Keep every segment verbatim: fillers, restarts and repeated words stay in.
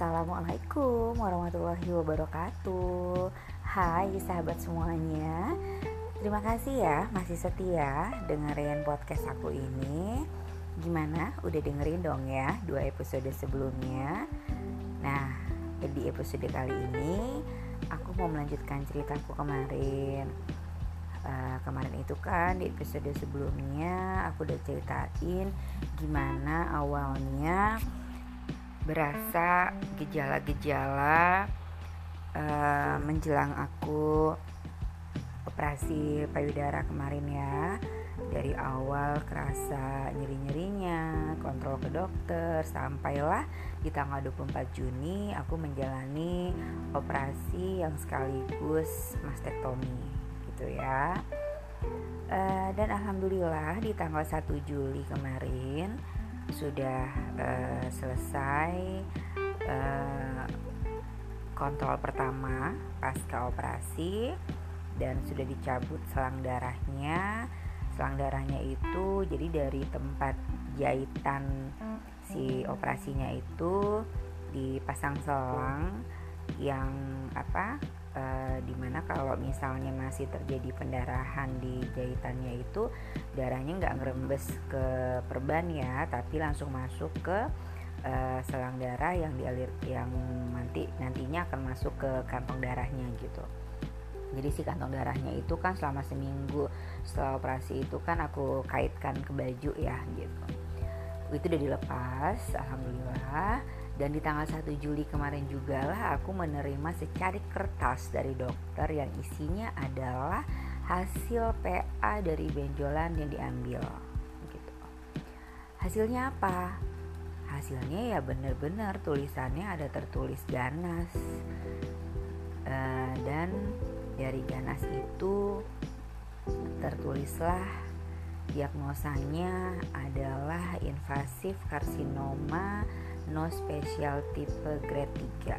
Assalamualaikum warahmatullahi wabarakatuh. Hai sahabat semuanya, terima kasih ya masih setia dengerin podcast aku ini. Gimana? Udah dengerin dong ya dua episode sebelumnya. Nah, di episode kali ini aku mau melanjutkan ceritaku kemarin. Uh, kemarin itu kan di episode sebelumnya aku udah ceritain gimana awalnya berasa gejala-gejala uh, menjelang aku operasi payudara kemarin ya. Dari awal kerasa nyeri-nyerinya, kontrol ke dokter, sampailah di tanggal dua puluh empat Juni aku menjalani operasi yang sekaligus mastektomi gitu ya. uh, Dan alhamdulillah di tanggal satu Juli kemarin sudah uh, selesai uh, kontrol pertama pasca operasi dan sudah dicabut selang darahnya. Selang darahnya itu jadi dari tempat jahitan si operasinya itu dipasang selang yang apa Uh, dimana kalau misalnya masih terjadi pendarahan di jahitannya itu darahnya nggak ngerembes ke perban ya, tapi langsung masuk ke uh, selang darah yang dialir yang nanti nantinya akan masuk ke kantong darahnya gitu. Jadi si kantong darahnya itu kan selama seminggu setelah operasi itu kan aku kaitkan ke baju ya gitu. Itu udah dilepas, alhamdulillah. Dan di tanggal satu Juli kemarin juga lah aku menerima secari kertas dari dokter yang isinya adalah hasil P A dari benjolan yang diambil gitu. Hasilnya apa? Hasilnya ya benar-benar tulisannya ada tertulis ganas. uh, Dan dari ganas itu tertulislah diagnosanya adalah invasif karsinoma no spesial tipe grade tiga.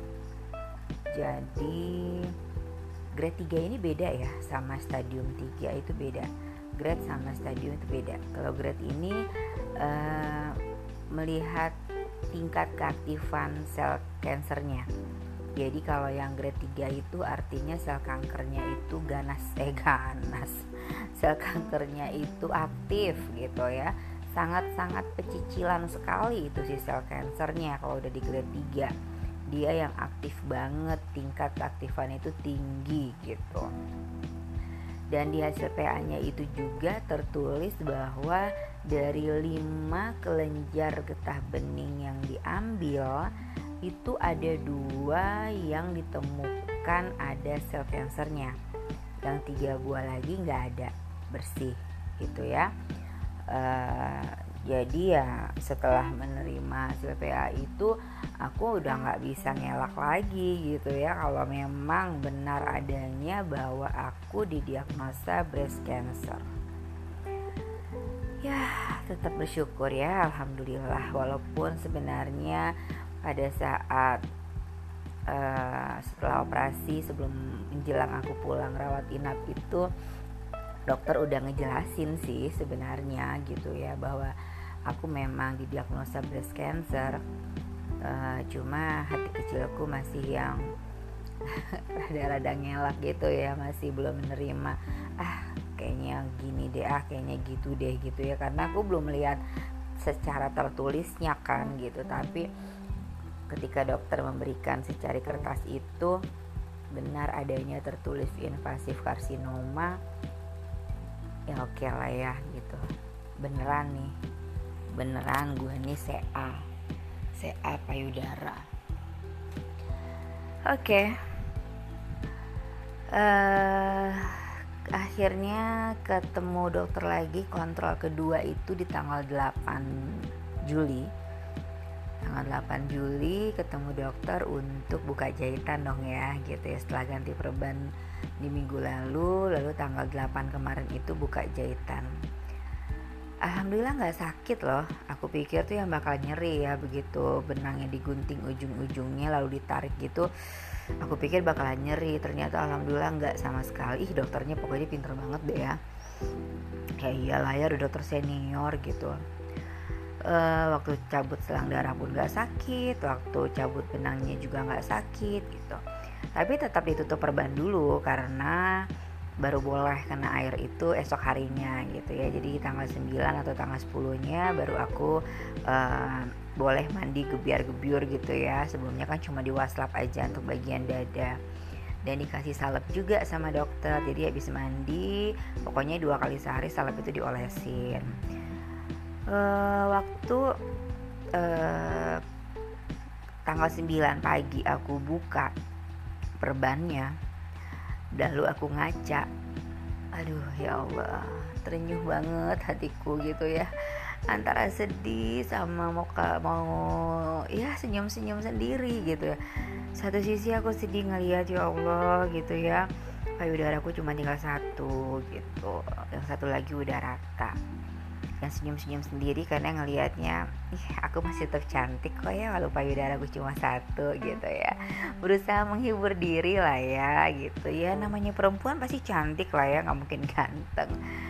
Jadi grade tiga ini beda ya sama stadium tiga, itu beda. Grade sama stadium itu beda. Kalau grade ini uh, melihat tingkat keaktifan sel kansernya. Jadi kalau yang grade tiga itu artinya sel kankernya itu ganas eh ganas. Sel kankernya itu aktif gitu ya. Sangat-sangat pecicilan sekali itu si sel kansernya kalau udah di grade tiga. Dia yang aktif banget, tingkat keaktifan itu tinggi gitu. Dan di hasil P A-nya itu juga tertulis bahwa dari lima kelenjar getah bening yang diambil itu ada dua yang ditemukan ada sel kansernya. Yang tiga buah lagi nggak ada, bersih gitu ya. Uh, jadi ya setelah menerima hasil P A itu aku udah nggak bisa ngelak lagi gitu ya kalau memang benar adanya bahwa aku didiagnosa breast cancer. Ya tetap bersyukur ya, alhamdulillah, walaupun sebenarnya pada saat uh, setelah operasi sebelum menjelang aku pulang rawat inap itu dokter udah ngejelasin sih sebenarnya gitu ya bahwa aku memang didiagnosa breast cancer. Uh, cuma hati kecilku masih yang rada-rada ngelak gitu ya, masih belum menerima. Ah kayaknya gini deh, ah kayaknya gitu deh gitu ya, karena aku belum melihat secara tertulisnya kan gitu. Tapi ketika dokter memberikan secari kertas itu benar adanya tertulis invasif karsinoma, ya oke okay lah ya gitu. Beneran nih, beneran gue nih C A C A payudara. Oke okay. uh, Akhirnya ketemu dokter lagi, kontrol kedua itu di tanggal delapan Juli. Tanggal delapan Juli ketemu dokter untuk buka jahitan dong ya gitu ya, setelah ganti perban di minggu lalu. Lalu tanggal delapan kemarin itu buka jahitan. Alhamdulillah gak sakit loh. Aku pikir tuh yang bakal nyeri ya, begitu benangnya digunting ujung-ujungnya lalu ditarik gitu, aku pikir bakalan nyeri. Ternyata alhamdulillah gak sama sekali. Ih dokternya pokoknya pinter banget deh ya. Ya iyalah ya, udah dokter senior gitu. uh, waktu cabut selang darah pun gak sakit, waktu cabut benangnya juga gak sakit gitu. Tapi tetap ditutup perban dulu karena baru boleh kena air itu esok harinya gitu ya. Jadi tanggal sembilan atau tanggal sepuluh-nya baru aku uh, boleh mandi gebiar-gebiur gitu ya. Sebelumnya kan cuma diwaslap aja untuk bagian dada. Dan dikasih salep juga sama dokter. Jadi habis mandi pokoknya dua kali sehari salep itu diolesin. uh, Waktu uh, tanggal sembilan pagi aku buka perbannya, lalu aku ngaca, aduh ya Allah, terenyuh banget hatiku gitu ya, antara sedih sama mau mau ya senyum-senyum sendiri gitu ya. Satu sisi aku sedih ngelihat ya Allah gitu ya, payudaraku cuma tinggal satu gitu, yang satu lagi udah rata. Yang senyum-senyum sendiri karena ngelihatnya, ih aku masih tetap cantik kok ya walau payudara gue cuma satu gitu ya. Berusaha menghibur diri lah ya gitu ya, namanya perempuan pasti cantik lah ya, nggak mungkin ganteng.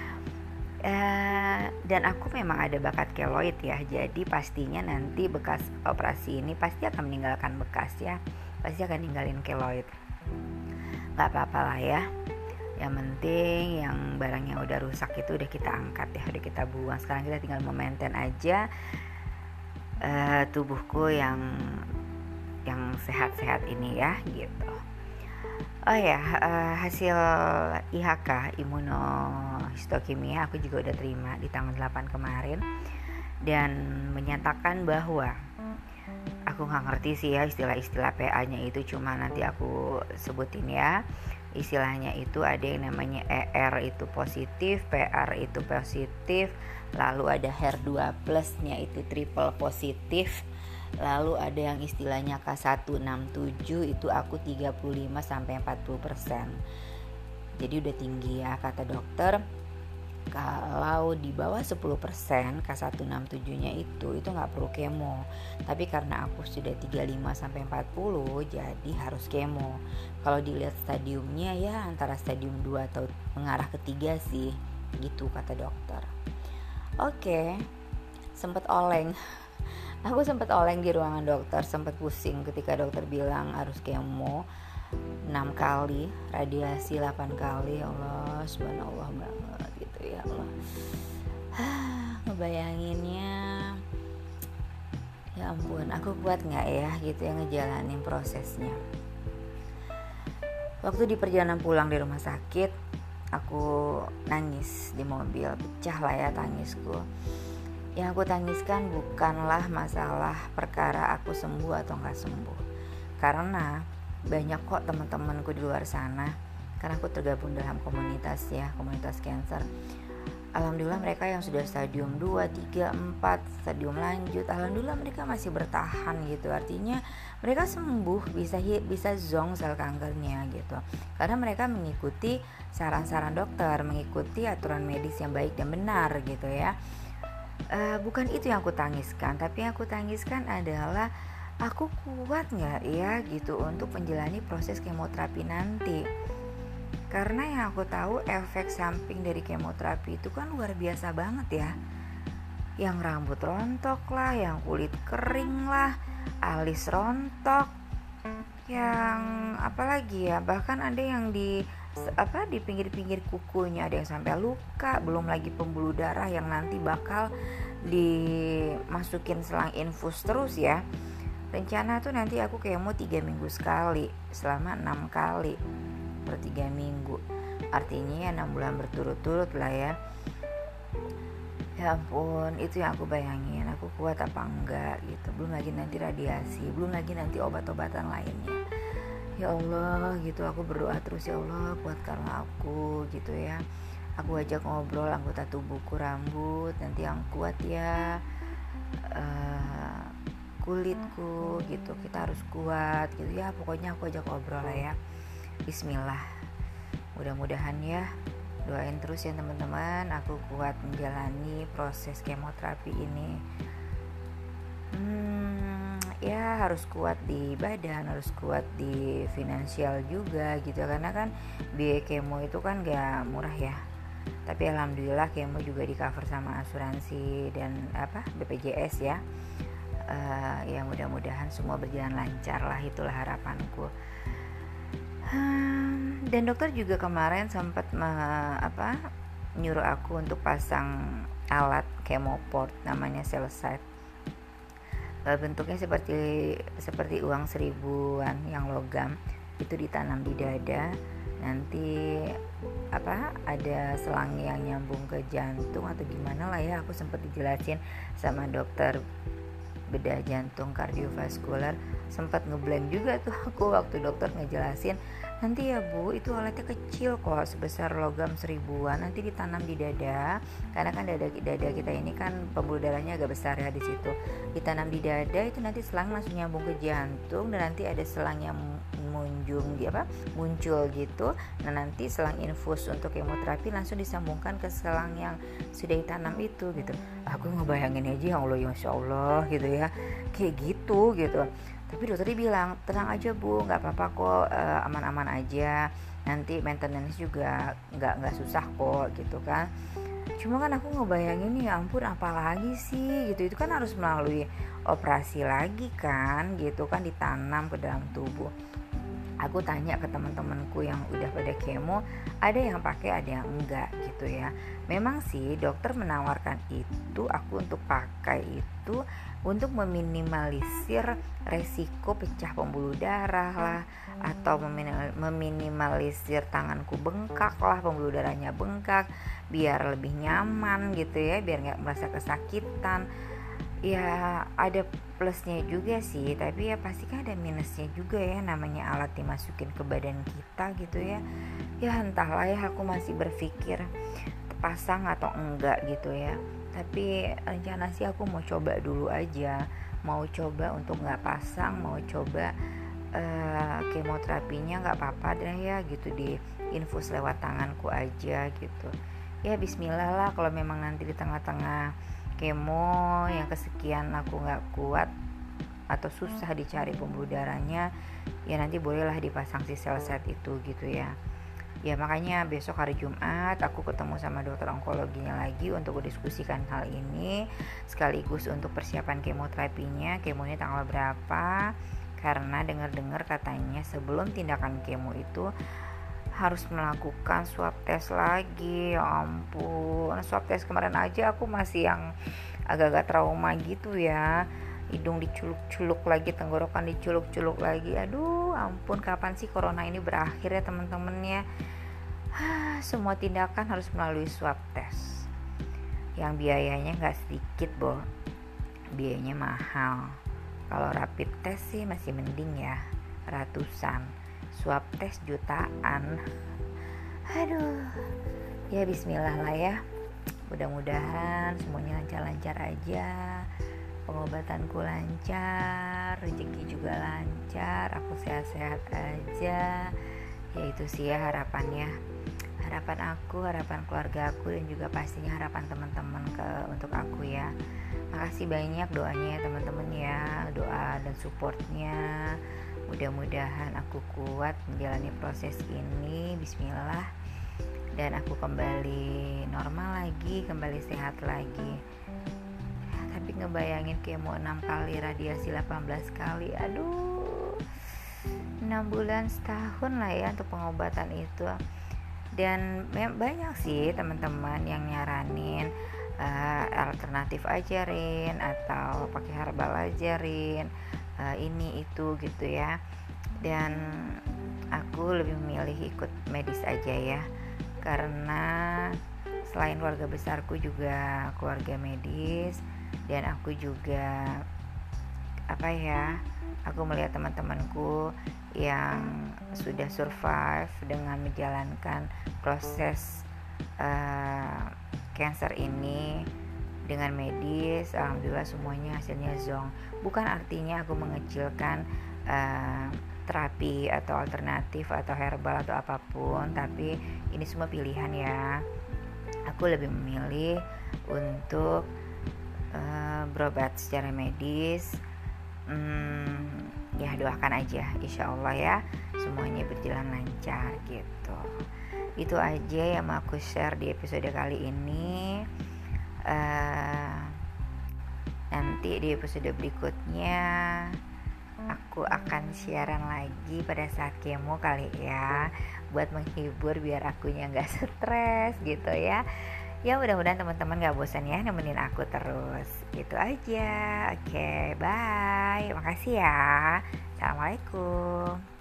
Uh, dan aku memang ada bakat keloid ya, jadi pastinya nanti bekas operasi ini pasti akan meninggalkan bekas ya, pasti akan ninggalin keloid. Nggak apa-apa lah ya. Yang penting yang barangnya udah rusak itu udah kita angkat ya, udah kita buang. Sekarang kita tinggal memaintain aja uh, tubuhku yang yang sehat-sehat ini ya gitu. Oh ya, uh, hasil I H K imunohistokimia aku juga udah terima di tanggal delapan kemarin, dan menyatakan bahwa aku nggak ngerti sih ya istilah-istilah P A-nya itu, cuma nanti aku sebutin ya. Istilahnya itu ada yang namanya E R itu positif, P R itu positif, lalu ada H E R dua plus-nya itu triple positif, lalu ada yang istilahnya K seratus enam puluh tujuh itu aku tiga puluh lima sampai empat puluh persen. Jadi udah tinggi ya kata dokter. Kalau di bawah sepuluh persen K seratus enam puluh tujuh-nya itu itu nggak perlu kemo. Tapi karena aku sudah tiga puluh lima sampai empat puluh jadi harus kemo. Kalau dilihat stadiumnya ya antara stadium dua atau mengarah ke tiga sih, gitu kata dokter. Oke. Sempet oleng. Aku sempet oleng di ruangan dokter, sempet pusing ketika dokter bilang harus kemo enam kali, radiasi delapan kali. Ya Allah, subhanallah banget gitu ya Allah. Ngebayanginnya, ya ampun, aku kuat nggak ya gitu ya ngejalanin prosesnya. Waktu di perjalanan pulang di rumah sakit, aku nangis di mobil, pecah lah ya tangisku. Yang aku tangiskan bukanlah masalah perkara aku sembuh atau nggak sembuh, karena banyak kok teman-temanku di luar sana, karena aku tergabung dalam komunitas ya, komunitas cancer. Alhamdulillah mereka yang sudah stadium dua, tiga, empat, stadium lanjut, alhamdulillah mereka masih bertahan gitu. Artinya mereka sembuh, bisa bisa zong sel kankernya gitu. Karena mereka mengikuti saran-saran dokter, mengikuti aturan medis yang baik dan benar gitu ya. Uh, bukan itu yang aku tangiskan, tapi yang aku tangiskan adalah aku kuat nggak ya gitu untuk menjalani proses kemoterapi nanti. Karena yang aku tahu efek samping dari kemoterapi itu kan luar biasa banget ya. Yang rambut rontok lah, yang kulit kering lah, alis rontok, yang apalagi ya, bahkan ada yang di apa di pinggir-pinggir kukunya ada yang sampai luka, belum lagi pembuluh darah yang nanti bakal dimasukin selang infus terus ya. Rencana tuh nanti aku kemo tiga minggu sekali selama enam kali per tiga minggu, artinya ya enam bulan berturut-turut lah ya. Ya ampun, itu yang aku bayangin, aku kuat apa enggak gitu. Belum lagi nanti radiasi, belum lagi nanti obat-obatan lainnya. Ya Allah gitu, aku berdoa terus, ya Allah kuatkanlah aku gitu ya. Aku ajak ngobrol anggota tubuhku, rambut nanti yang kuat ya, uh, kulitku gitu, kita harus kuat gitu ya. Pokoknya aku ajak ngobrol lah ya. Bismillah, mudah-mudahan ya, doain terus ya teman-teman, aku kuat menjalani proses kemoterapi ini. Hmm, ya harus kuat di badan, harus kuat di finansial juga gitu, karena kan biaya kemo itu kan gak murah ya. Tapi alhamdulillah kemo juga di cover sama asuransi dan apa B P J S ya. Uh, ya mudah-mudahan semua berjalan lancar lah, itulah harapanku. Hmm, dan dokter juga kemarin sempat me- apa nyuruh aku untuk pasang alat chemoport namanya Cellside. Bentuknya seperti seperti uang seribuan yang logam, itu ditanam di dada. Nanti apa ada selang yang nyambung ke jantung atau gimana lah ya, aku sempat dijelasin sama dokter bedah jantung kardiovaskular. Sempat ngeblank juga tuh aku waktu dokter ngejelasin, nanti ya bu, itu alatnya kecil kok, sebesar logam seribuan, nanti ditanam di dada, karena kan dada dada kita ini kan pembuluh darahnya agak besar ya, di situ ditanam di dada, itu nanti selang langsung nyambung ke jantung, dan nanti ada selang yang munjung di apa muncul gitu. Nah nanti selang infus untuk kemoterapi langsung disambungkan ke selang yang sudah ditanam itu gitu. Aku ngebayangin aja, ya Allah, ya Masya Allah gitu ya, kayak gitu gitu. Tapi dokternya bilang tenang aja bu, nggak apa-apa kok, uh, aman-aman aja, nanti maintenance juga nggak nggak susah kok gitu kan. Cuma kan aku ngebayangin nih, ya ampun apalagi sih gitu, itu kan harus melalui operasi lagi kan gitu kan, ditanam ke dalam tubuh. Aku tanya ke teman-temanku yang udah pada kemo, ada yang pakai ada yang enggak gitu ya. Memang sih dokter menawarkan itu aku untuk pakai itu untuk meminimalisir resiko pecah pembuluh darah lah, atau meminimalisir tanganku bengkak lah, pembuluh darahnya bengkak, biar lebih nyaman gitu ya, biar nggak merasa kesakitan. Ya ada plusnya juga sih, tapi ya pasti kan ada minusnya juga ya, namanya alat dimasukin ke badan kita gitu ya. Ya entahlah ya, aku masih berpikir pasang atau enggak gitu ya. Tapi rencana sih aku mau coba dulu aja, mau coba untuk nggak pasang, mau coba uh, kemoterapinya nggak apa-apa deh ya gitu, di infus lewat tanganku aja gitu. Ya bismillah lah, kalau memang nanti di tengah-tengah kemo yang kesekian aku nggak kuat atau susah dicari pembuluh darahnya, ya nanti bolehlah dipasang si Cellside itu gitu ya. Ya makanya besok hari Jumat aku ketemu sama dokter onkologinya lagi untuk berdiskusikan hal ini, sekaligus untuk persiapan kemoterapinya, kemonya tanggal berapa. Karena dengar-dengar katanya sebelum tindakan kemo itu harus melakukan swab test lagi. Ya ampun, swab test kemarin aja aku masih yang agak-agak trauma gitu ya, hidung diculuk-culuk lagi, tenggorokan diculuk-culuk lagi. Aduh ampun, kapan sih corona ini berakhir ya teman-teman ya. Semua tindakan harus melalui swab test yang biayanya gak sedikit boh, biayanya mahal. Kalau rapid test sih masih mending ya, ratusan, swab test jutaan. Aduh, ya bismillah lah ya, mudah-mudahan semuanya lancar-lancar aja, pengobatanku lancar, rezeki juga lancar, aku sehat-sehat aja. Ya itu sih ya harapannya, harapan aku, harapan keluarga aku, dan juga pastinya harapan teman-teman ke untuk aku ya. Makasih banyak doanya ya teman-teman ya, doa dan supportnya. Mudah-mudahan aku kuat menjalani proses ini, bismillah, dan aku kembali normal lagi, kembali sehat lagi. Tapi ngebayangin kemo enam kali, radiasi delapan belas kali, aduh, enam bulan setahun lah ya untuk pengobatan itu. Dan banyak sih teman-teman yang nyaranin uh, alternatif ajarin atau pakai herbal ajarin, uh, ini itu gitu ya. Dan aku lebih memilih ikut medis aja ya, karena selain keluarga besarku juga keluarga medis, dan aku juga apa ya, aku melihat teman-temanku yang sudah survive dengan menjalankan proses uh, cancer ini dengan medis, alhamdulillah semuanya hasilnya zong. Bukan artinya aku mengecilkan uh, terapi atau alternatif atau herbal atau apapun, tapi ini semua pilihan ya. Aku lebih memilih untuk uh, berobat secara medis. Hmm, ya doakan aja, insya Allah ya semuanya berjalan lancar gitu. Itu aja yang mau aku share di episode kali ini. uh, Nanti di episode berikutnya aku akan siaran lagi pada saat kemo kali ya, buat menghibur biar akunya gak stres gitu ya. Ya mudah-mudahan teman-teman gak bosan ya nemenin aku terus. Gitu aja. Oke, bye. Makasih ya. Assalamualaikum.